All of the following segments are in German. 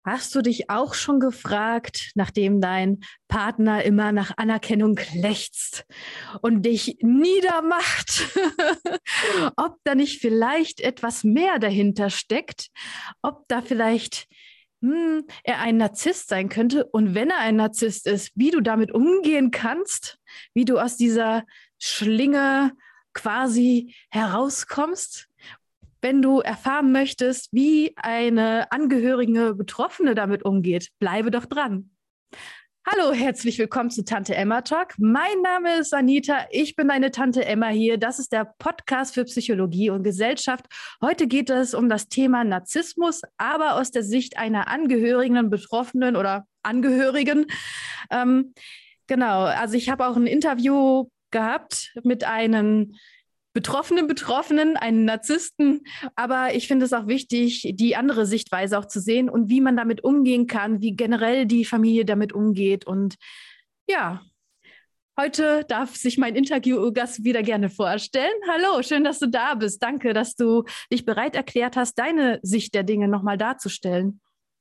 Hast du dich auch schon gefragt, nachdem dein Partner immer nach Anerkennung lechzt und dich niedermacht, ob da nicht vielleicht etwas mehr dahinter steckt, ob da vielleicht er ein Narzisst sein könnte und wenn er ein Narzisst ist, wie du damit umgehen kannst, wie du aus dieser Schlinge quasi herauskommst? Wenn du erfahren möchtest, wie eine angehörige Betroffene damit umgeht, bleibe doch dran. Hallo, herzlich willkommen zu Tante Emma Talk. Mein Name ist Anita, ich bin deine Tante Emma hier. Das ist der Podcast für Psychologie und Gesellschaft. Heute geht es um das Thema Narzissmus, aber aus der Sicht einer Angehörigen, Betroffenen oder Angehörigen. Genau, also ich habe auch ein Interview gehabt mit einem Betroffenen, einen Narzissten. Aber ich finde es auch wichtig, die andere Sichtweise auch zu sehen und wie man damit umgehen kann, wie generell die Familie damit umgeht. Und ja, heute darf sich mein Interviewgast wieder gerne vorstellen. Hallo, schön, dass du da bist. Danke, dass du dich bereit erklärt hast, deine Sicht der Dinge nochmal darzustellen.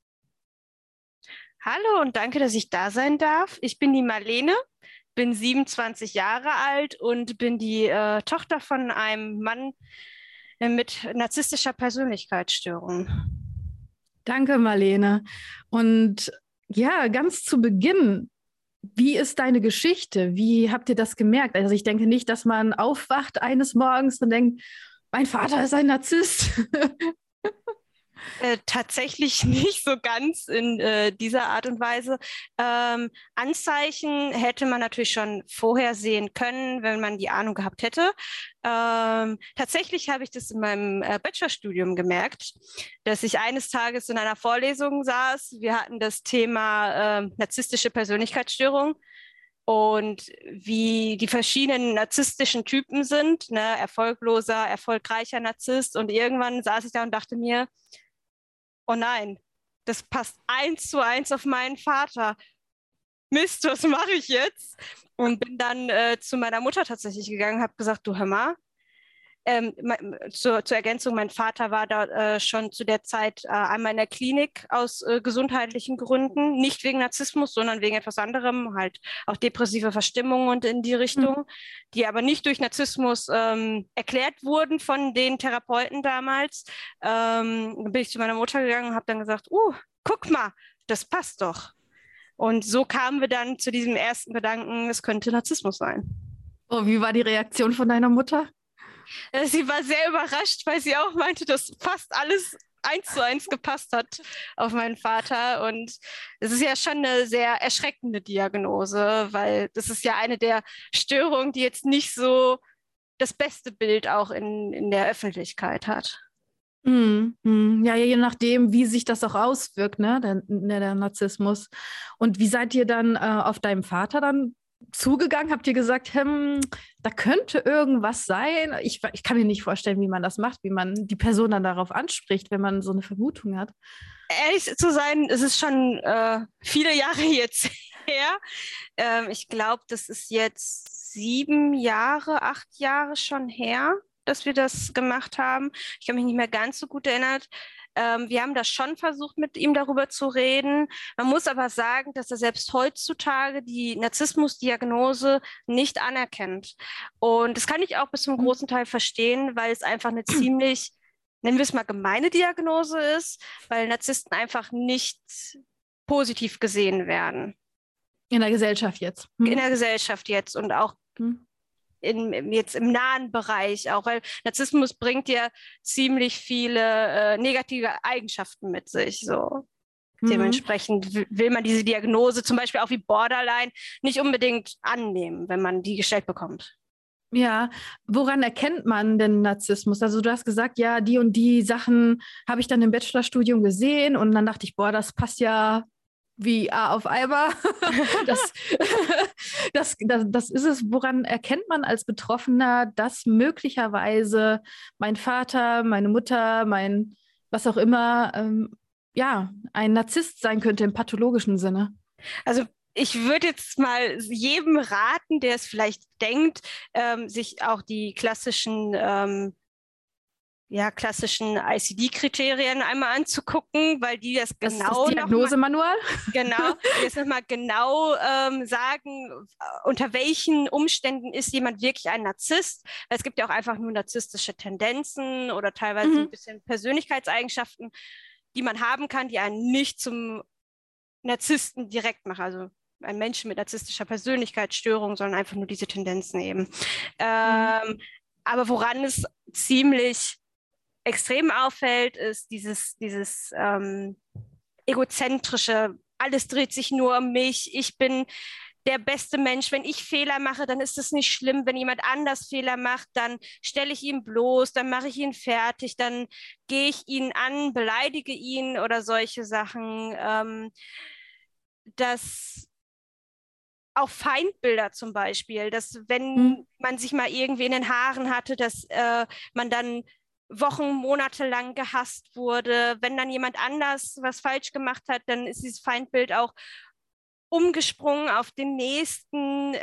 Hallo und danke, dass ich da sein darf. Ich bin die Marlene, bin 27 Jahre alt und bin die Tochter von einem Mann mit narzisstischer Persönlichkeitsstörung. Danke, Marlene. Und ja, ganz zu Beginn, wie ist deine Geschichte? Wie habt ihr das gemerkt? Also ich denke nicht, dass man aufwacht eines Morgens und denkt, mein Vater ist ein Narzisst. Tatsächlich nicht so ganz in dieser Art und Weise. Anzeichen hätte man natürlich schon vorher sehen können, wenn man die Ahnung gehabt hätte. Tatsächlich habe ich das in meinem Bachelorstudium gemerkt, dass ich eines Tages in einer Vorlesung saß. Wir hatten das Thema narzisstische Persönlichkeitsstörung und wie die verschiedenen narzisstischen Typen sind, ne? Erfolgloser, erfolgreicher Narzisst. Und irgendwann saß ich da und dachte mir, oh nein, das passt 1:1 auf meinen Vater. Mist, was mache ich jetzt? Und bin dann zu meiner Mutter tatsächlich gegangen, habe gesagt, du hör mal, zur Ergänzung, mein Vater war da schon zu der Zeit einmal in der Klinik aus gesundheitlichen Gründen, nicht wegen Narzissmus, sondern wegen etwas anderem, halt auch depressive Verstimmungen und in die Richtung, die aber nicht durch Narzissmus erklärt wurden von den Therapeuten damals. Dann bin ich zu meiner Mutter gegangen und habe dann gesagt, guck mal, das passt doch. Und so kamen wir dann zu diesem ersten Gedanken, es könnte Narzissmus sein. Oh, wie war die Reaktion von deiner Mutter? Sie war sehr überrascht, weil sie auch meinte, dass fast alles 1:1 gepasst hat auf meinen Vater. Und es ist ja schon eine sehr erschreckende Diagnose, weil das ist ja eine der Störungen, die jetzt nicht so das beste Bild auch in der Öffentlichkeit hat. Ja, je nachdem, wie sich das auch auswirkt, ne, der Narzissmus. Und wie seid ihr dann auf deinem Vater dann zugegangen? Habt ihr gesagt, da könnte irgendwas sein? Ich kann mir nicht vorstellen, wie man das macht, wie man die Person dann darauf anspricht, wenn man so eine Vermutung hat. Ehrlich zu sein, es ist schon viele Jahre jetzt her. Ich glaube, das ist jetzt 7 Jahre, 8 Jahre schon her, dass wir das gemacht haben. Ich kann mich nicht mehr ganz so gut erinnern. Wir haben das schon versucht, mit ihm darüber zu reden. Man muss aber sagen, dass er selbst heutzutage die Narzissmusdiagnose nicht anerkennt. Und das kann ich auch bis zum großen Teil verstehen, weil es einfach eine ziemlich, nennen wir es mal, gemeine Diagnose ist, weil Narzissten einfach nicht positiv gesehen werden. In der Gesellschaft jetzt. In der Gesellschaft jetzt und auch jetzt im nahen Bereich auch, weil Narzissmus bringt ja ziemlich viele negative Eigenschaften mit sich. So. Dementsprechend will man diese Diagnose, zum Beispiel auch wie Borderline, nicht unbedingt annehmen, wenn man die gestellt bekommt. Ja, woran erkennt man denn Narzissmus? Also du hast gesagt, ja, die und die Sachen habe ich dann im Bachelorstudium gesehen und dann dachte ich, boah, das passt ja wie A auf Eimer. Das ist es. Woran erkennt man als Betroffener, dass möglicherweise mein Vater, meine Mutter, mein was auch immer, ein Narzisst sein könnte im pathologischen Sinne? Also ich würde jetzt mal jedem raten, der es vielleicht denkt, sich auch die klassischen klassischen ICD-Kriterien einmal anzugucken, weil die das genau das Diagnosemanual? Genau, die das nochmal genau sagen, unter welchen Umständen ist jemand wirklich ein Narzisst. Weil es gibt ja auch einfach nur narzisstische Tendenzen oder teilweise so ein bisschen Persönlichkeitseigenschaften, die man haben kann, die einen nicht zum Narzissten direkt machen. Also ein Mensch mit narzisstischer Persönlichkeitsstörung, sondern einfach nur diese Tendenzen eben. Aber woran es ziemlich extrem auffällt, ist dieses egozentrische, alles dreht sich nur um mich, ich bin der beste Mensch. Wenn ich Fehler mache, dann ist es nicht schlimm. Wenn jemand anders Fehler macht, dann stelle ich ihn bloß, dann mache ich ihn fertig, dann gehe ich ihn an, beleidige ihn oder solche Sachen. Das auch Feindbilder zum Beispiel, dass wenn man sich mal irgendwie in den Haaren hatte, dass man dann Wochen, Monate lang gehasst wurde. Wenn dann jemand anders was falsch gemacht hat, dann ist dieses Feindbild auch umgesprungen auf den nächsten.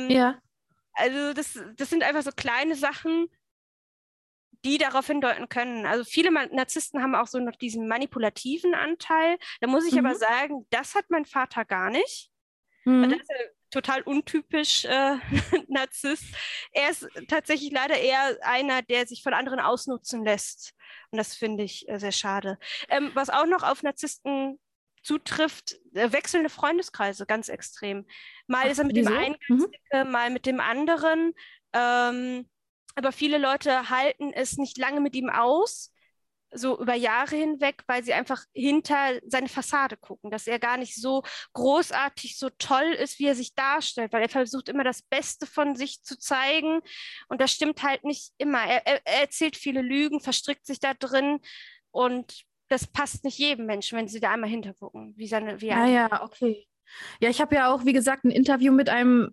Also das sind einfach so kleine Sachen, die darauf hindeuten können. Also viele Narzissten haben auch so noch diesen manipulativen Anteil. Da muss ich aber sagen, das hat mein Vater gar nicht. Das ist ja total untypisch Narzisst. Er ist tatsächlich leider eher einer, der sich von anderen ausnutzen lässt. Und das finde ich sehr schade. Was auch noch auf Narzissten zutrifft, wechselnde Freundeskreise, ganz extrem. Mal ist er mit dem einen ganz dicke, mal mit dem anderen. Aber viele Leute halten es nicht lange mit ihm aus, so über Jahre hinweg, weil sie einfach hinter seine Fassade gucken, dass er gar nicht so großartig, so toll ist, wie er sich darstellt, weil er versucht immer das Beste von sich zu zeigen und das stimmt halt nicht immer. Er erzählt viele Lügen, verstrickt sich da drin und das passt nicht jedem Menschen, wenn sie da einmal hintergucken. Okay. Ja, ich habe ja auch, wie gesagt, ein Interview mit einem,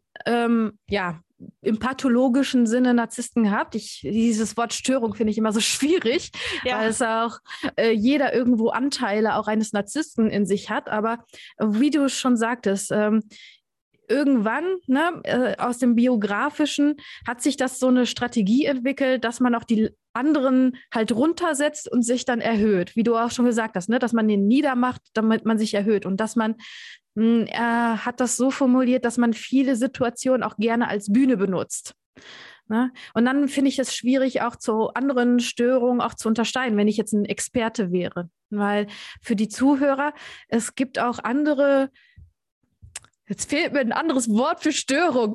im pathologischen Sinne Narzissten gehabt. Dieses Wort Störung finde ich immer so schwierig, weil es auch jeder irgendwo Anteile auch eines Narzissten in sich hat. Aber wie du schon sagtest, irgendwann, aus dem Biografischen hat sich das so eine Strategie entwickelt, dass man auch die anderen halt runtersetzt und sich dann erhöht. Wie du auch schon gesagt hast, dass man den niedermacht, damit man sich erhöht. Und dass man, er hat das so formuliert, dass man viele Situationen auch gerne als Bühne benutzt. Ne? Und dann finde ich es schwierig, auch zu anderen Störungen auch zu unterscheiden, wenn ich jetzt ein Experte wäre. Weil für die Zuhörer, es gibt auch andere. Jetzt fehlt mir ein anderes Wort für Störung.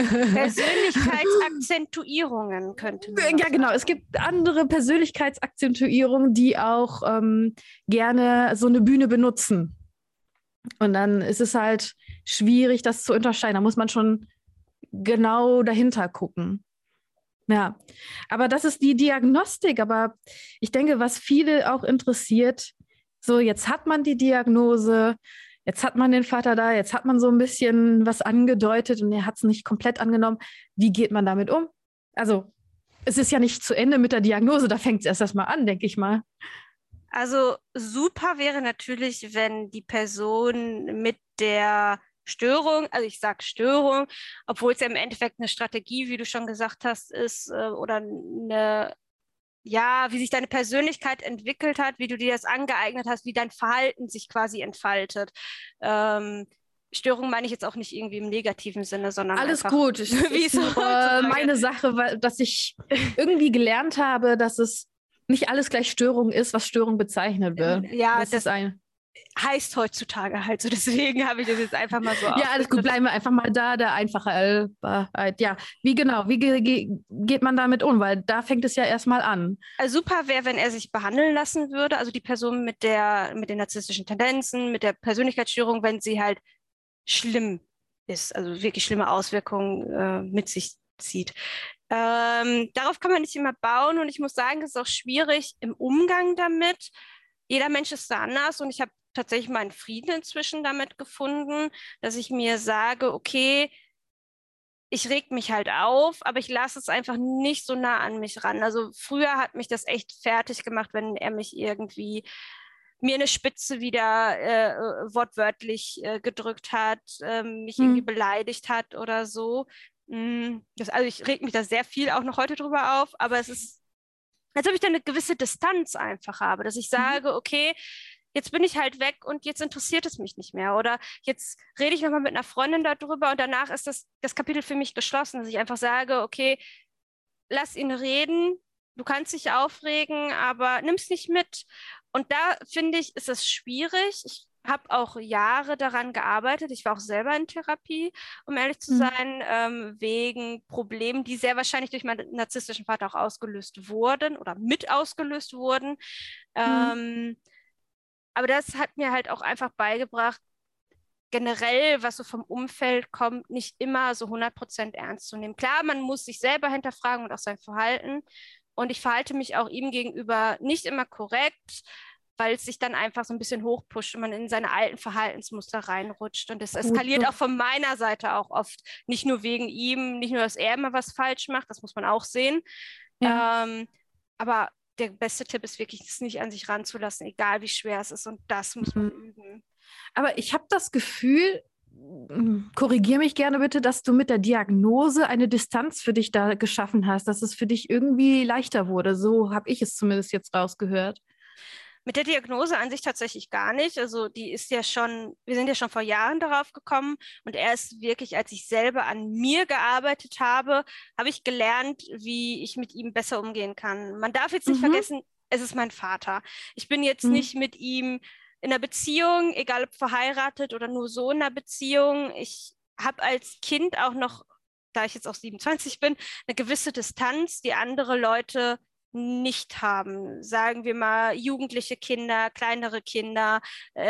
Persönlichkeitsakzentuierungen könnte man Ja, genau. Es gibt andere Persönlichkeitsakzentuierungen, die auch gerne so eine Bühne benutzen. Und dann ist es halt schwierig, das zu unterscheiden. Da muss man schon genau dahinter gucken. Ja, aber das ist die Diagnostik. Aber ich denke, was viele auch interessiert, so jetzt hat man die Diagnose, jetzt hat man den Vater da, jetzt hat man so ein bisschen was angedeutet und er hat es nicht komplett angenommen. Wie geht man damit um? Also es ist ja nicht zu Ende mit der Diagnose, da fängt es erst mal an, denke ich mal. Also super wäre natürlich, wenn die Person mit der Störung, also ich sage Störung, obwohl es ja im Endeffekt eine Strategie, wie du schon gesagt hast, ist oder eine, wie sich deine Persönlichkeit entwickelt hat, wie du dir das angeeignet hast, wie dein Verhalten sich quasi entfaltet. Störung meine ich jetzt auch nicht irgendwie im negativen Sinne, sondern alles einfach, gut. Wie ist meine Sache, weil, dass ich irgendwie gelernt habe, dass es nicht alles gleich Störung ist, was Störung bezeichnet wird. Ja, das ist heißt heutzutage halt so. Deswegen habe ich das jetzt einfach mal so Ja, alles gut, bleiben wir einfach mal da, der einfache. Ja, wie geht man damit um? Weil da fängt es ja erstmal an. Also super wäre, wenn er sich behandeln lassen würde, also die Person mit den narzisstischen Tendenzen, mit der Persönlichkeitsstörung, wenn sie halt schlimm ist, also wirklich schlimme Auswirkungen mit sich zieht. Darauf kann man nicht immer bauen und ich muss sagen, es ist auch schwierig im Umgang damit. Jeder Mensch ist da anders und ich habe tatsächlich meinen Frieden inzwischen damit gefunden, dass ich mir sage, okay, ich reg mich halt auf, aber ich lasse es einfach nicht so nah an mich ran. Also früher hat mich das echt fertig gemacht, wenn er mich irgendwie mir eine Spitze wieder wortwörtlich gedrückt hat, mich irgendwie beleidigt hat oder so. Also ich reg mich da sehr viel auch noch heute drüber auf, aber es ist als ob ich dann eine gewisse Distanz einfach habe, dass ich sage, okay, jetzt bin ich halt weg und jetzt interessiert es mich nicht mehr. Oder jetzt rede ich nochmal mit einer Freundin darüber und danach ist das Kapitel für mich geschlossen, dass ich einfach sage, okay, lass ihn reden, du kannst dich aufregen, aber nimm es nicht mit. Und da finde ich, ist es schwierig. Ich habe auch Jahre daran gearbeitet. Ich war auch selber in Therapie, um ehrlich zu sein, wegen Problemen, die sehr wahrscheinlich durch meinen narzisstischen Vater auch ausgelöst wurden oder mit ausgelöst wurden. Aber das hat mir halt auch einfach beigebracht, generell, was so vom Umfeld kommt, nicht immer so 100% ernst zu nehmen. Klar, man muss sich selber hinterfragen und auch sein Verhalten. Und ich verhalte mich auch ihm gegenüber nicht immer korrekt, weil es sich dann einfach so ein bisschen hochpusht und man in seine alten Verhaltensmuster reinrutscht. Und es eskaliert auch von meiner Seite auch oft. Nicht nur wegen ihm, nicht nur, dass er immer was falsch macht, das muss man auch sehen. Ja. Aber der beste Tipp ist wirklich, es nicht an sich ranzulassen, egal wie schwer es ist. Und das muss man üben. Aber ich habe das Gefühl, korrigiere mich gerne bitte, dass du mit der Diagnose eine Distanz für dich da geschaffen hast, dass es für dich irgendwie leichter wurde. So habe ich es zumindest jetzt rausgehört. Mit der Diagnose an sich tatsächlich gar nicht. Also die ist ja schon, wir sind ja schon vor Jahren darauf gekommen und erst wirklich, als ich selber an mir gearbeitet habe, habe ich gelernt, wie ich mit ihm besser umgehen kann. Man darf jetzt nicht vergessen, es ist mein Vater. Ich bin jetzt nicht mit ihm in einer Beziehung, egal ob verheiratet oder nur so in einer Beziehung. Ich habe als Kind auch noch, da ich jetzt auch 27 bin, eine gewisse Distanz, die andere Leute nicht haben. Sagen wir mal jugendliche Kinder, kleinere Kinder,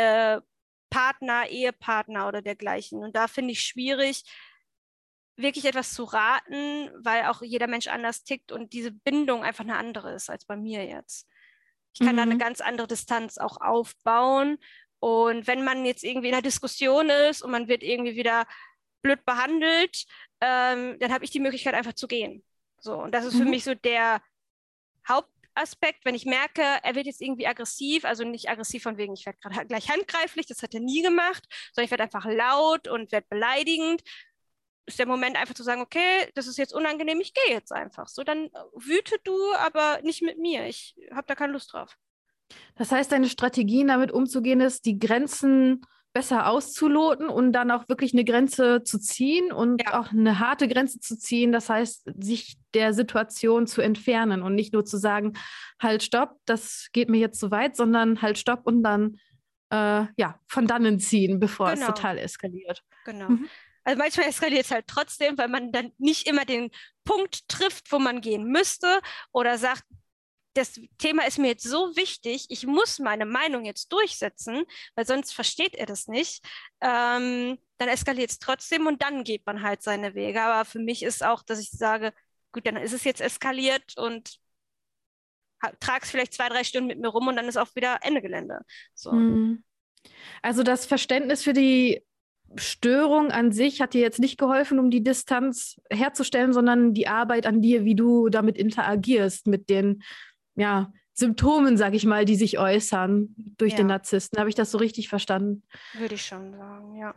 Partner, Ehepartner oder dergleichen. Und da finde ich schwierig, wirklich etwas zu raten, weil auch jeder Mensch anders tickt und diese Bindung einfach eine andere ist als bei mir jetzt. Ich kann da eine ganz andere Distanz auch aufbauen. Und wenn man jetzt irgendwie in einer Diskussion ist und man wird irgendwie wieder blöd behandelt, dann habe ich die Möglichkeit einfach zu gehen. So, und das ist für mich so der Hauptaspekt, wenn ich merke, er wird jetzt irgendwie aggressiv, also nicht aggressiv von wegen, ich werde gerade gleich handgreiflich, das hat er nie gemacht, sondern ich werde einfach laut und werde beleidigend, ist der Moment einfach zu sagen, okay, das ist jetzt unangenehm, ich gehe jetzt einfach. So, dann wüte du, aber nicht mit mir. Ich habe da keine Lust drauf. Das heißt, deine Strategien damit umzugehen ist, die Grenzen besser auszuloten und dann auch wirklich eine Grenze zu ziehen und auch eine harte Grenze zu ziehen. Das heißt, sich der Situation zu entfernen und nicht nur zu sagen, halt, stopp, das geht mir jetzt zu weit, sondern halt, stopp und dann von dannen ziehen, bevor es total eskaliert. Genau. Also manchmal eskaliert es halt trotzdem, weil man dann nicht immer den Punkt trifft, wo man gehen müsste oder sagt, das Thema ist mir jetzt so wichtig, ich muss meine Meinung jetzt durchsetzen, weil sonst versteht er das nicht. Dann eskaliert es trotzdem und dann geht man halt seine Wege. Aber für mich ist auch, dass ich sage, gut, dann ist es jetzt eskaliert und trage es vielleicht 2, 3 Stunden mit mir rum und dann ist auch wieder Ende Gelände. So. Also das Verständnis für die Störung an sich hat dir jetzt nicht geholfen, um die Distanz herzustellen, sondern die Arbeit an dir, wie du damit interagierst, mit den Symptomen, sag ich mal, die sich äußern durch den Narzissten. Habe ich das so richtig verstanden? Würde ich schon sagen, ja.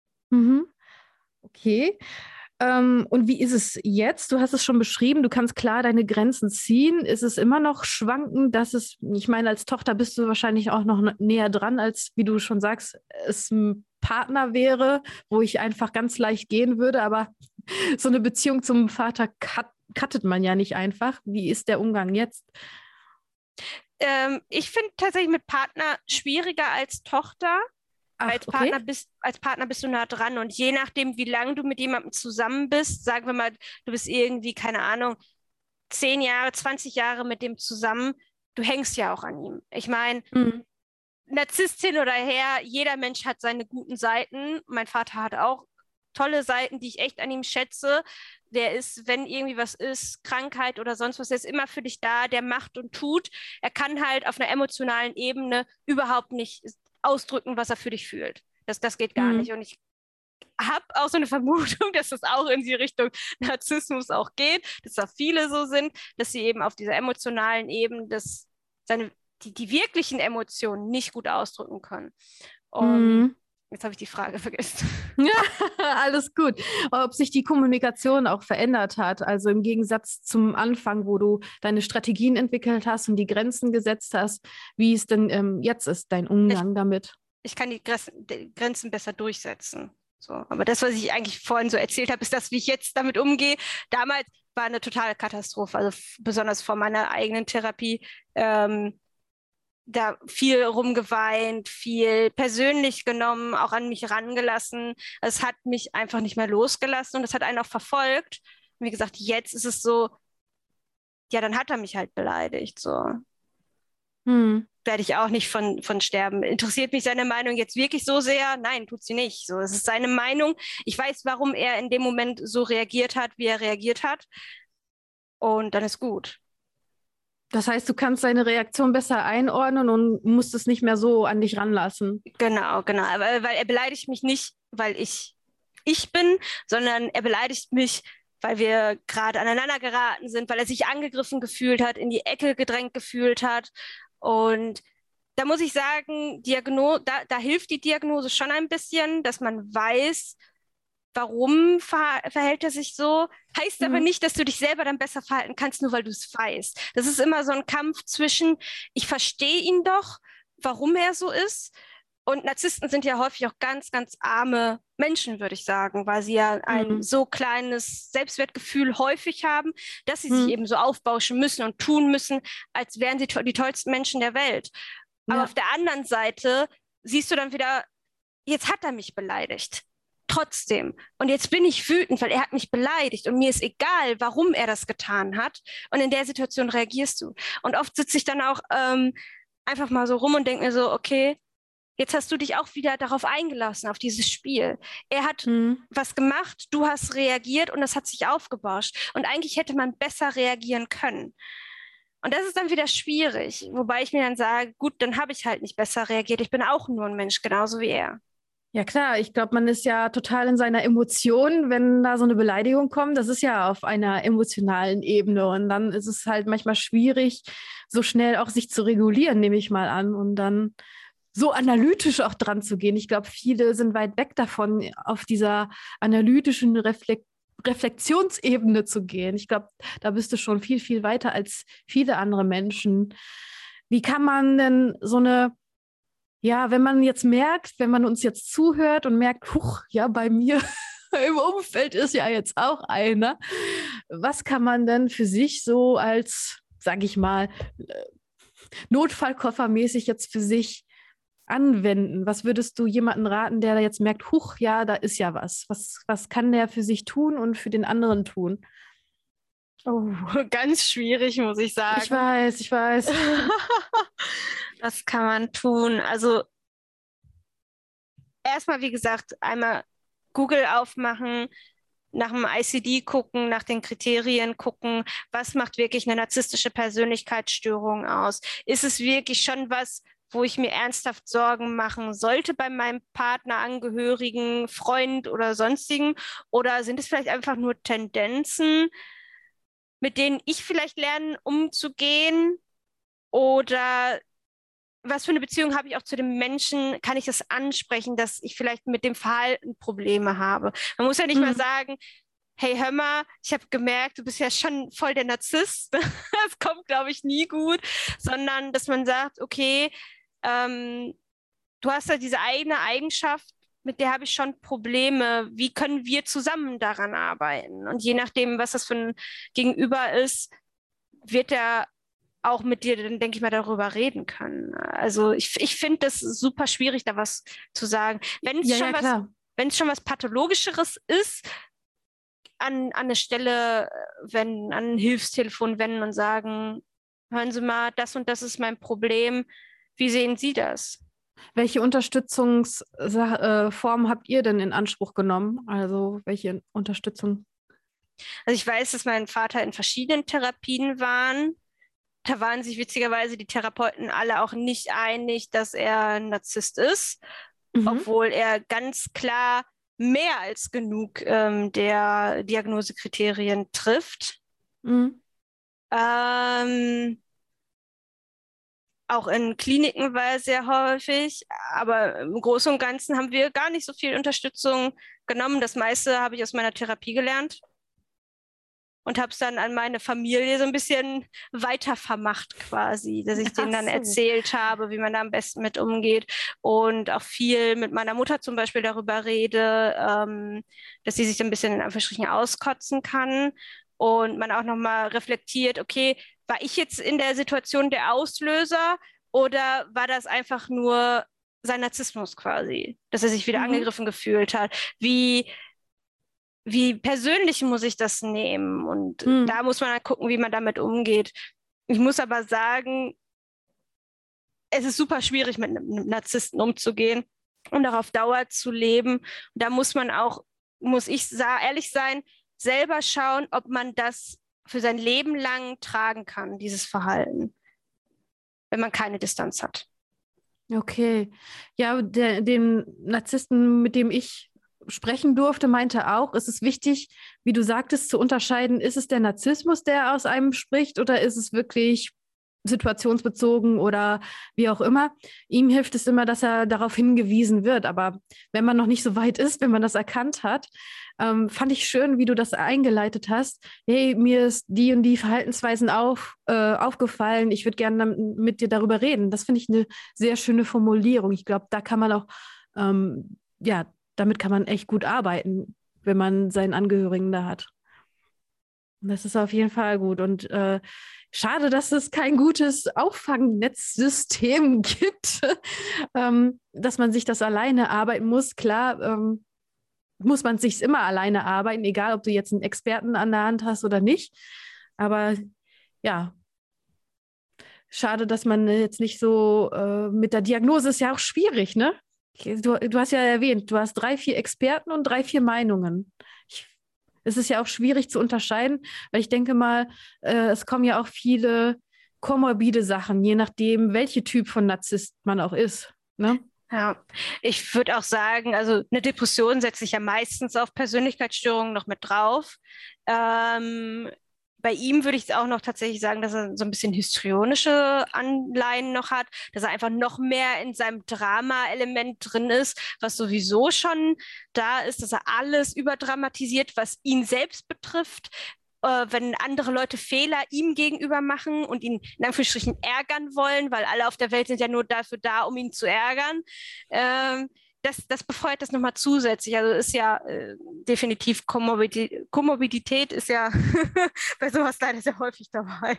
Okay. Und wie ist es jetzt? Du hast es schon beschrieben, du kannst klar deine Grenzen ziehen. Ist es immer noch schwankend, dass ich meine, als Tochter bist du wahrscheinlich auch noch näher dran, als, wie du schon sagst, es ein Partner wäre, wo ich einfach ganz leicht gehen würde. Aber so eine Beziehung zum Vater cuttet man ja nicht einfach. Wie ist der Umgang jetzt? Ich finde tatsächlich mit Partner schwieriger als Tochter. Als Partner bist du nah dran und je nachdem, wie lange du mit jemandem zusammen bist, sagen wir mal, du bist irgendwie, keine Ahnung, 10 Jahre, 20 Jahre mit dem zusammen, du hängst ja auch an ihm. Ich meine, Narzisst hin oder her, jeder Mensch hat seine guten Seiten. Mein Vater hat auch tolle Seiten, die ich echt an ihm schätze. Der ist, wenn irgendwie was ist, Krankheit oder sonst was, der ist immer für dich da, der macht und tut. Er kann halt auf einer emotionalen Ebene überhaupt nicht ausdrücken, was er für dich fühlt. Das geht gar nicht. Und ich habe auch so eine Vermutung, dass das auch in die Richtung Narzissmus auch geht, dass da viele so sind, dass sie eben auf dieser emotionalen Ebene die wirklichen Emotionen nicht gut ausdrücken können. Jetzt habe ich die Frage vergessen. Ja, alles gut. Ob sich die Kommunikation auch verändert hat, also im Gegensatz zum Anfang, wo du deine Strategien entwickelt hast und die Grenzen gesetzt hast, wie es denn jetzt ist, dein Umgang damit. Ich kann die Grenzen besser durchsetzen. So. Aber das, was ich eigentlich vorhin so erzählt habe, ist das, wie ich jetzt damit umgehe. Damals war eine totale Katastrophe, also besonders vor meiner eigenen Therapie. Da viel rumgeweint, viel persönlich genommen, auch an mich rangelassen. Es hat mich einfach nicht mehr losgelassen und es hat einen auch verfolgt. Und wie gesagt, jetzt ist es so, ja, dann hat er mich halt beleidigt. So werde ich auch nicht von sterben. Interessiert mich seine Meinung jetzt wirklich so sehr? Nein, tut sie nicht. So, es ist seine Meinung. Ich weiß, warum er in dem Moment so reagiert hat, wie er reagiert hat. Und dann ist gut. Das heißt, du kannst deine Reaktion besser einordnen und musst es nicht mehr so an dich ranlassen. Genau, genau. Weil er beleidigt mich nicht, weil ich bin, sondern er beleidigt mich, weil wir gerade aneinander geraten sind, weil er sich angegriffen gefühlt hat, in die Ecke gedrängt gefühlt hat. Und da muss ich sagen, da hilft die Diagnose schon ein bisschen, dass man weiß, warum verhält er sich so. Heißt aber nicht, dass du dich selber dann besser verhalten kannst, nur weil du es weißt. Das ist immer so ein Kampf zwischen, ich verstehe ihn doch, warum er so ist. Und Narzissten sind ja häufig auch ganz, ganz arme Menschen, würde ich sagen, weil sie ja ein so kleines Selbstwertgefühl häufig haben, dass sie sich eben so aufbauschen müssen und tun müssen, als wären sie die tollsten Menschen der Welt. Aber auf der anderen Seite siehst du dann wieder, jetzt hat er mich beleidigt. Trotzdem. Und jetzt bin ich wütend, weil er hat mich beleidigt und mir ist egal, warum er das getan hat. Und in der Situation reagierst du. Und oft sitze ich dann auch einfach mal so rum und denke mir so, okay, jetzt hast du dich auch wieder darauf eingelassen, auf dieses Spiel. Er hat was gemacht, du hast reagiert und das hat sich aufgebauscht. Und eigentlich hätte man besser reagieren können. Und das ist dann wieder schwierig, wobei ich mir dann sage, gut, dann habe ich halt nicht besser reagiert. Ich bin auch nur ein Mensch, genauso wie er. Ja klar, ich glaube, man ist ja total in seiner Emotion, wenn da so eine Beleidigung kommt. Das ist ja auf einer emotionalen Ebene und dann ist es halt manchmal schwierig, so schnell auch sich zu regulieren, nehme ich mal an, und dann so analytisch auch dran zu gehen. Ich glaube, viele sind weit weg davon, auf dieser analytischen Reflexionsebene zu gehen. Ich glaube, da bist du schon viel, viel weiter als viele andere Menschen. Wie kann man denn so eine, ja, wenn man jetzt merkt, wenn man uns jetzt zuhört und merkt, huch, ja, bei mir im Umfeld ist ja jetzt auch einer. Was kann man denn für sich so als, sage ich mal, Notfallkoffermäßig jetzt für sich anwenden? Was würdest du jemandem raten, der da jetzt merkt, huch, ja, da ist ja was. Was kann der für sich tun und für den anderen tun? Oh, ganz schwierig, muss ich sagen. Ich weiß. Was kann man tun? Also erstmal, wie gesagt, einmal Google aufmachen, nach dem ICD gucken, nach den Kriterien gucken, was macht wirklich eine narzisstische Persönlichkeitsstörung aus? Ist es wirklich schon was, wo ich mir ernsthaft Sorgen machen sollte bei meinem Partner, Angehörigen, Freund oder sonstigen? Oder sind es vielleicht einfach nur Tendenzen, mit denen ich vielleicht lernen, umzugehen? Oder was für eine Beziehung habe ich auch zu dem Menschen? Kann ich das ansprechen, dass ich vielleicht mit dem Verhalten Probleme habe? Man muss ja nicht mal sagen, hey, hör mal, ich habe gemerkt, du bist ja schon voll der Narzisst. Das kommt, glaube ich, nie gut, sondern dass man sagt, okay, du hast ja diese eine Eigenschaft, mit der habe ich schon Probleme. Wie können wir zusammen daran arbeiten? Und je nachdem, was das für ein Gegenüber ist, wird er auch mit dir, dann denke ich mal, darüber reden können. Also ich finde das super schwierig, da was zu sagen. Wenn es schon was Pathologischeres ist, an eine Stelle, an ein Hilfstelefon wenden und sagen, hören Sie mal, das und das ist mein Problem. Wie sehen Sie das? Welche Unterstützungsform habt ihr denn in Anspruch genommen? Also welche Unterstützung? Also ich weiß, dass mein Vater in verschiedenen Therapien waren. Da waren sich witzigerweise die Therapeuten alle auch nicht einig, dass er ein Narzisst ist, obwohl er ganz klar mehr als genug der Diagnosekriterien trifft. auch in Kliniken war er sehr häufig, aber im Großen und Ganzen haben wir gar nicht so viel Unterstützung genommen. Das meiste habe ich aus meiner Therapie gelernt und habe es dann an meine Familie so ein bisschen weitervermacht quasi, dass ich denen dann erzählt habe, wie man da am besten mit umgeht und auch viel mit meiner Mutter zum Beispiel darüber rede, dass sie sich so ein bisschen in Anführungsstrichen auskotzen kann und man auch nochmal reflektiert, okay, war ich jetzt in der Situation der Auslöser oder war das einfach nur sein Narzissmus quasi, dass er sich wieder angegriffen gefühlt hat? Wie persönlich muss ich das nehmen? Und da muss man dann gucken, wie man damit umgeht. Ich muss aber sagen, es ist super schwierig, mit einem Narzissten umzugehen und auch auf Dauer zu leben. Und da muss man auch, muss ich ehrlich sein, selber schauen, ob man das für sein Leben lang tragen kann, dieses Verhalten, wenn man keine Distanz hat. Okay. Ja, den Narzissten, mit dem ich sprechen durfte, meinte auch, es ist wichtig, wie du sagtest, zu unterscheiden, ist es der Narzissmus, der aus einem spricht, oder ist es wirklich situationsbezogen oder wie auch immer. Ihm hilft es immer, dass er darauf hingewiesen wird. Aber wenn man noch nicht so weit ist, wenn man das erkannt hat, fand ich schön, wie du das eingeleitet hast. Hey, mir ist die und die Verhaltensweisen aufgefallen. Ich würde gerne mit dir darüber reden. Das finde ich eine sehr schöne Formulierung. Ich glaube, da kann man auch, ja, damit kann man echt gut arbeiten, wenn man seinen Angehörigen da hat. Das ist auf jeden Fall gut. Und schade, dass es kein gutes Auffangnetzsystem gibt, dass man sich das alleine arbeiten muss. Klar, muss man sich immer alleine arbeiten, egal ob du jetzt einen Experten an der Hand hast oder nicht. Aber ja, schade, dass man jetzt nicht so mit der Diagnose ist ja auch schwierig, ne? Du hast ja erwähnt, du hast 3, 4 Experten und 3, 4 Meinungen. Es ist ja auch schwierig zu unterscheiden, weil ich denke mal, es kommen ja auch viele komorbide Sachen, je nachdem, welche Typ von Narzisst man auch ist. Ne? Ja, ich würde auch sagen, also eine Depression setzt sich ja meistens auf Persönlichkeitsstörungen noch mit drauf. Bei ihm würde ich auch noch tatsächlich sagen, dass er so ein bisschen histrionische Anleihen noch hat, dass er einfach noch mehr in seinem Drama-Element drin ist, was sowieso schon da ist, dass er alles überdramatisiert, was ihn selbst betrifft. Wenn andere Leute Fehler ihm gegenüber machen und ihn in Anführungsstrichen ärgern wollen, weil alle auf der Welt sind ja nur dafür da, um ihn zu ärgern. Das befeuert das nochmal zusätzlich. Also ist ja definitiv Komorbidität ist ja bei sowas leider sehr häufig dabei.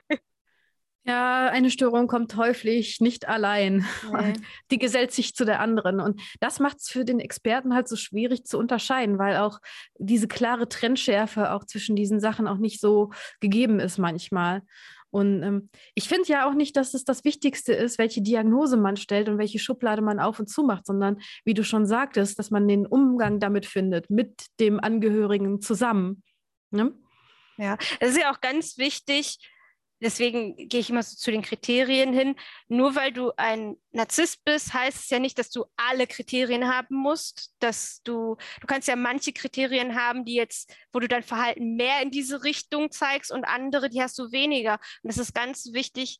Ja, eine Störung kommt häufig nicht allein. Nee. Die gesellt sich zu der anderen. Und das macht es für den Experten halt so schwierig zu unterscheiden, weil auch diese klare Trennschärfe auch zwischen diesen Sachen auch nicht so gegeben ist manchmal. Und ich finde ja auch nicht, dass es das Wichtigste ist, welche Diagnose man stellt und welche Schublade man auf und zu macht, sondern wie du schon sagtest, dass man den Umgang damit findet, mit dem Angehörigen zusammen. Ne? Ja, es ist ja auch ganz wichtig, deswegen gehe ich immer so zu den Kriterien hin. Nur weil du ein Narzisst bist, heißt es ja nicht, dass du alle Kriterien haben musst. Du kannst ja manche Kriterien haben, wo du dein Verhalten mehr in diese Richtung zeigst und andere, die hast du weniger. Und es ist ganz wichtig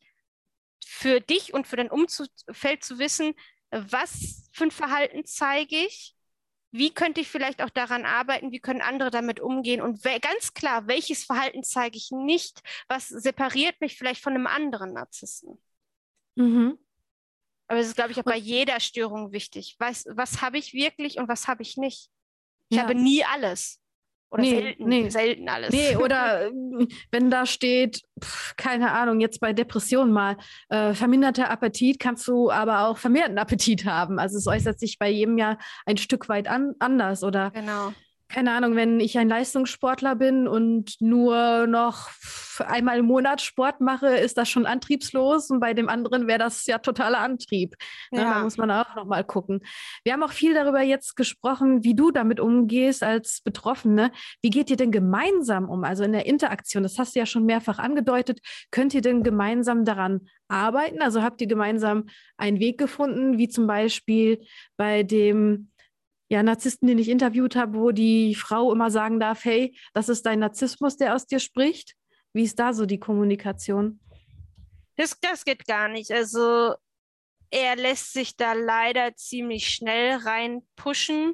für dich und für dein Umfeld zu wissen, was für ein Verhalten zeige ich. Wie könnte ich vielleicht auch daran arbeiten? Wie können andere damit umgehen? Und ganz klar, welches Verhalten zeige ich nicht? Was separiert mich vielleicht von einem anderen Narzissten? Mhm. Aber es ist, glaube ich, auch bei jeder Störung wichtig. Was habe ich wirklich und was habe ich nicht? Ich Ja. habe nie alles. Oder selten alles. Nee, oder wenn da steht, keine Ahnung, jetzt bei Depressionen mal, verminderter Appetit, kannst du aber auch vermehrten Appetit haben. Also es äußert sich bei jedem ja ein Stück weit anders. Oder Genau. keine Ahnung, wenn ich ein Leistungssportler bin und nur noch einmal im Monat Sport mache, ist das schon antriebslos und bei dem anderen wäre das ja totaler Antrieb. Ne? Ja. Da muss man auch nochmal gucken. Wir haben auch viel darüber jetzt gesprochen, wie du damit umgehst als Betroffene. Wie geht ihr denn gemeinsam um? Also in der Interaktion, das hast du ja schon mehrfach angedeutet. Könnt ihr denn gemeinsam daran arbeiten? Also habt ihr gemeinsam einen Weg gefunden, wie zum Beispiel bei dem Narzissten, den ich interviewt habe, wo die Frau immer sagen darf, hey, das ist dein Narzissmus, der aus dir spricht. Wie ist da so die Kommunikation? Das geht gar nicht. Also er lässt sich da leider ziemlich schnell reinpushen.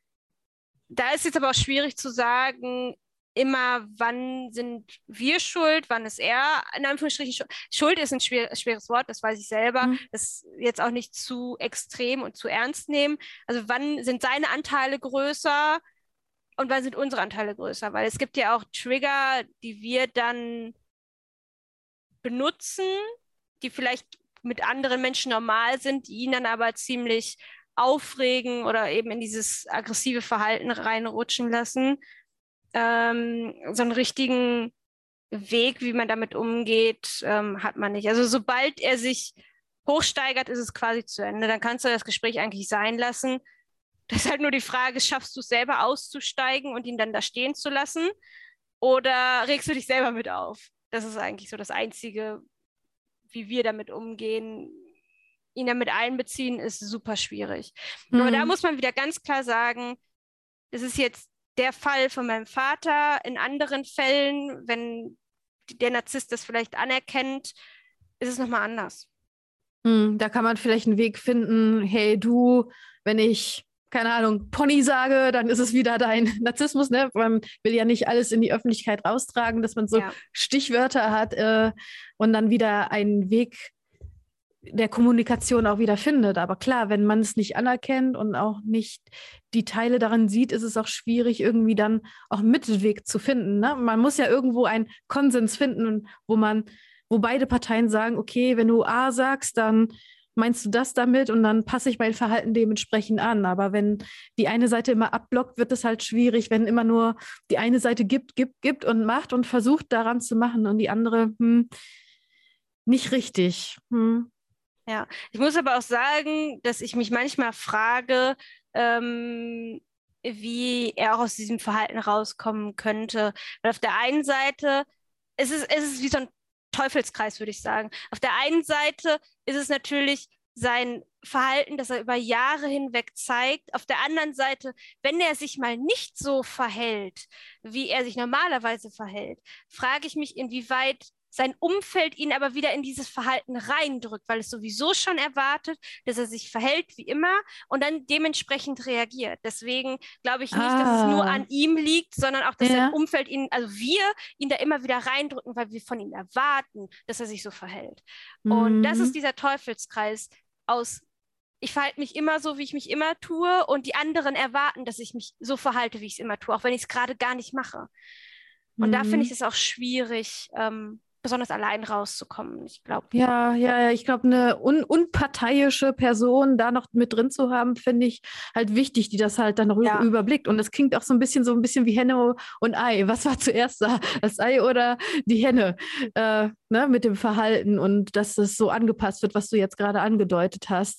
Da ist jetzt aber auch schwierig zu sagen, immer, wann sind wir schuld, wann ist er, in Anführungsstrichen, schuld. Schuld ist ein schweres Wort, das weiß ich selber. Mhm. Das jetzt auch nicht zu extrem und zu ernst nehmen. Also wann sind seine Anteile größer und wann sind unsere Anteile größer? Weil es gibt ja auch Trigger, die wir dann benutzen, die vielleicht mit anderen Menschen normal sind, die ihn dann aber ziemlich aufregen oder eben in dieses aggressive Verhalten reinrutschen lassen. So einen richtigen Weg, wie man damit umgeht, hat man nicht. Also sobald er sich hochsteigert, ist es quasi zu Ende. Dann kannst du das Gespräch eigentlich sein lassen. Das ist halt nur die Frage, schaffst du es selber auszusteigen und ihn dann da stehen zu lassen? Oder regst du dich selber mit auf? Das ist eigentlich so das Einzige, wie wir damit umgehen. Ihn damit einbeziehen, ist super schwierig. Aber da muss man wieder ganz klar sagen, das ist jetzt der Fall von meinem Vater. In anderen Fällen, wenn der Narzisst das vielleicht anerkennt, ist es nochmal anders. Da kann man vielleicht einen Weg finden, hey du, wenn ich, keine Ahnung, Pony sage, dann ist es wieder dein Narzissmus, ne? Man will ja nicht alles in die Öffentlichkeit raustragen, dass man so Stichwörter hat und dann wieder einen Weg der Kommunikation auch wieder findet. Aber klar, wenn man es nicht anerkennt und auch nicht die Teile darin sieht, ist es auch schwierig, irgendwie dann auch einen Mittelweg zu finden. Ne? Man muss ja irgendwo einen Konsens finden, wo beide Parteien sagen, okay, wenn du A sagst, dann meinst du das damit und dann passe ich mein Verhalten dementsprechend an. Aber wenn die eine Seite immer abblockt, wird es halt schwierig, wenn immer nur die eine Seite gibt und macht und versucht daran zu machen und die andere nicht richtig. Ja, ich muss aber auch sagen, dass ich mich manchmal frage, wie er auch aus diesem Verhalten rauskommen könnte. Weil auf der einen Seite es ist wie so ein Teufelskreis, würde ich sagen. Auf der einen Seite ist es natürlich sein Verhalten, das er über Jahre hinweg zeigt. Auf der anderen Seite, wenn er sich mal nicht so verhält, wie er sich normalerweise verhält, frage ich mich, inwieweit sein Umfeld ihn aber wieder in dieses Verhalten reindrückt, weil es sowieso schon erwartet, dass er sich verhält wie immer und dann dementsprechend reagiert. Deswegen glaube ich nicht, dass es nur an ihm liegt, sondern auch, dass sein Umfeld ihn, also wir ihn da immer wieder reindrücken, weil wir von ihm erwarten, dass er sich so verhält. Und das ist dieser Teufelskreis aus, ich verhalte mich immer so, wie ich mich immer tue und die anderen erwarten, dass ich mich so verhalte, wie ich es immer tue, auch wenn ich es gerade gar nicht mache. Und da finde ich es auch schwierig, besonders allein rauszukommen, ich glaube. Ja, ich glaube, eine unparteiische Person da noch mit drin zu haben, finde ich halt wichtig, die das halt dann überblickt. Und das klingt auch so ein bisschen wie Henne und Ei. Was war zuerst da? Das Ei oder die Henne? Ne, mit dem Verhalten und dass das so angepasst wird, was du jetzt gerade angedeutet hast.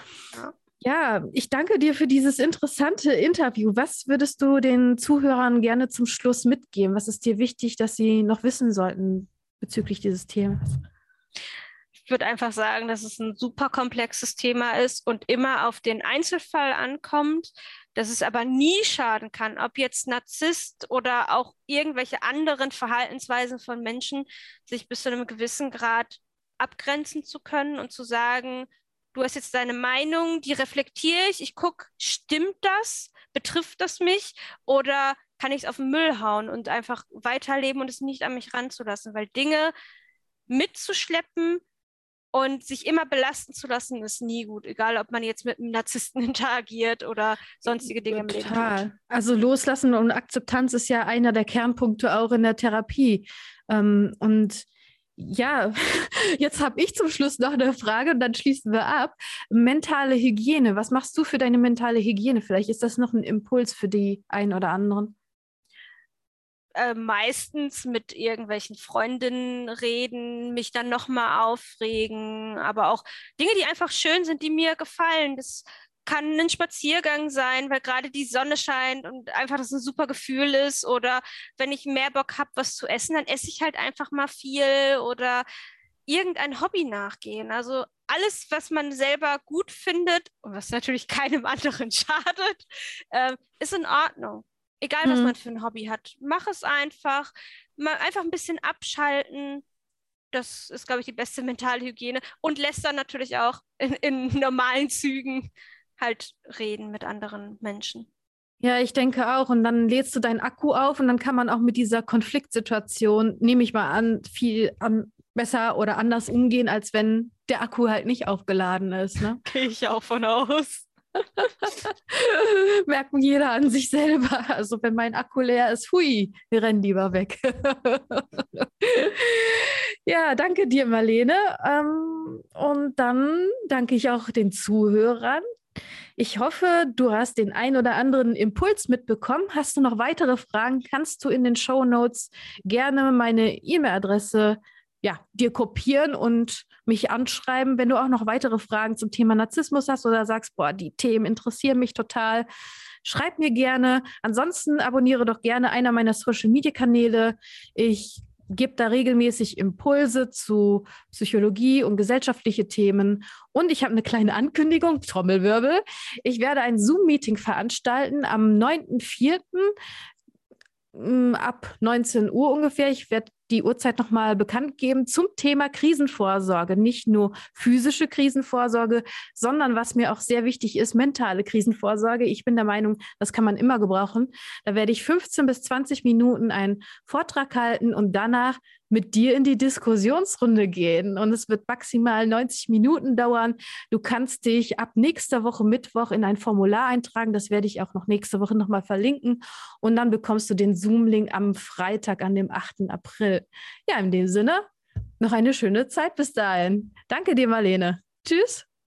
Ja, ich danke dir für dieses interessante Interview. Was würdest du den Zuhörern gerne zum Schluss mitgeben? Was ist dir wichtig, dass sie noch wissen sollten bezüglich dieses Themas? Ich würde einfach sagen, dass es ein super komplexes Thema ist und immer auf den Einzelfall ankommt, dass es aber nie schaden kann, ob jetzt Narzisst oder auch irgendwelche anderen Verhaltensweisen von Menschen, sich bis zu einem gewissen Grad abgrenzen zu können und zu sagen, du hast jetzt deine Meinung, die reflektiere ich gucke, stimmt das? Betrifft das mich? Oder kann ich es auf den Müll hauen und einfach weiterleben und es nicht an mich ranzulassen? Weil Dinge mitzuschleppen und sich immer belasten zu lassen, ist nie gut. Egal, ob man jetzt mit einem Narzissten interagiert oder sonstige Dinge im Leben tut. Also Loslassen und Akzeptanz ist ja einer der Kernpunkte auch in der Therapie. Und ja, jetzt habe ich zum Schluss noch eine Frage und dann schließen wir ab. Mentale Hygiene. Was machst du für deine mentale Hygiene? Vielleicht ist das noch ein Impuls für die einen oder anderen. Meistens mit irgendwelchen Freundinnen reden, mich dann nochmal aufregen, aber auch Dinge, die einfach schön sind, die mir gefallen. Das kann ein Spaziergang sein, weil gerade die Sonne scheint und einfach das ein super Gefühl ist. Oder wenn ich mehr Bock habe, was zu essen, dann esse ich halt einfach mal viel oder irgendein Hobby nachgehen. Also alles, was man selber gut findet und was natürlich keinem anderen schadet, ist in Ordnung. Egal, was man für ein Hobby hat. Mach es einfach. Mal einfach ein bisschen abschalten. Das ist, glaube ich, die beste mentale Hygiene und lässt dann natürlich auch in normalen Zügen halt reden mit anderen Menschen. Ja, ich denke auch. Und dann lädst du deinen Akku auf und dann kann man auch mit dieser Konfliktsituation, nehme ich mal an, besser oder anders umgehen, als wenn der Akku halt nicht aufgeladen ist. Ne? Gehe ich auch von aus. Merkt jeder an sich selber. Also wenn mein Akku leer ist, hui, wir rennen lieber weg. Ja, danke dir, Marlene. Und dann danke ich auch den Zuhörern. Ich hoffe, du hast den ein oder anderen Impuls mitbekommen. Hast du noch weitere Fragen, kannst du in den Shownotes gerne meine E-Mail-Adresse dir kopieren und mich anschreiben, wenn du auch noch weitere Fragen zum Thema Narzissmus hast oder sagst, boah, die Themen interessieren mich total. Schreib mir gerne. Ansonsten abonniere doch gerne einer meiner Social-Media-Kanäle. Ich gebe da regelmäßig Impulse zu Psychologie und gesellschaftliche Themen. Und ich habe eine kleine Ankündigung, Trommelwirbel. Ich werde ein Zoom-Meeting veranstalten am 9.4. Ab 19 Uhr ungefähr. Ich werde die Uhrzeit nochmal bekannt geben zum Thema Krisenvorsorge. Nicht nur physische Krisenvorsorge, sondern was mir auch sehr wichtig ist, mentale Krisenvorsorge. Ich bin der Meinung, das kann man immer gebrauchen. Da werde ich 15 bis 20 Minuten einen Vortrag halten und danach mit dir in die Diskussionsrunde gehen. Und es wird maximal 90 Minuten dauern. Du kannst dich ab nächster Woche Mittwoch in ein Formular eintragen. Das werde ich auch noch nächste Woche nochmal verlinken. Und dann bekommst du den Zoom-Link am Freitag, an dem 8. April. Ja, in dem Sinne, noch eine schöne Zeit bis dahin. Danke dir, Marlene. Tschüss.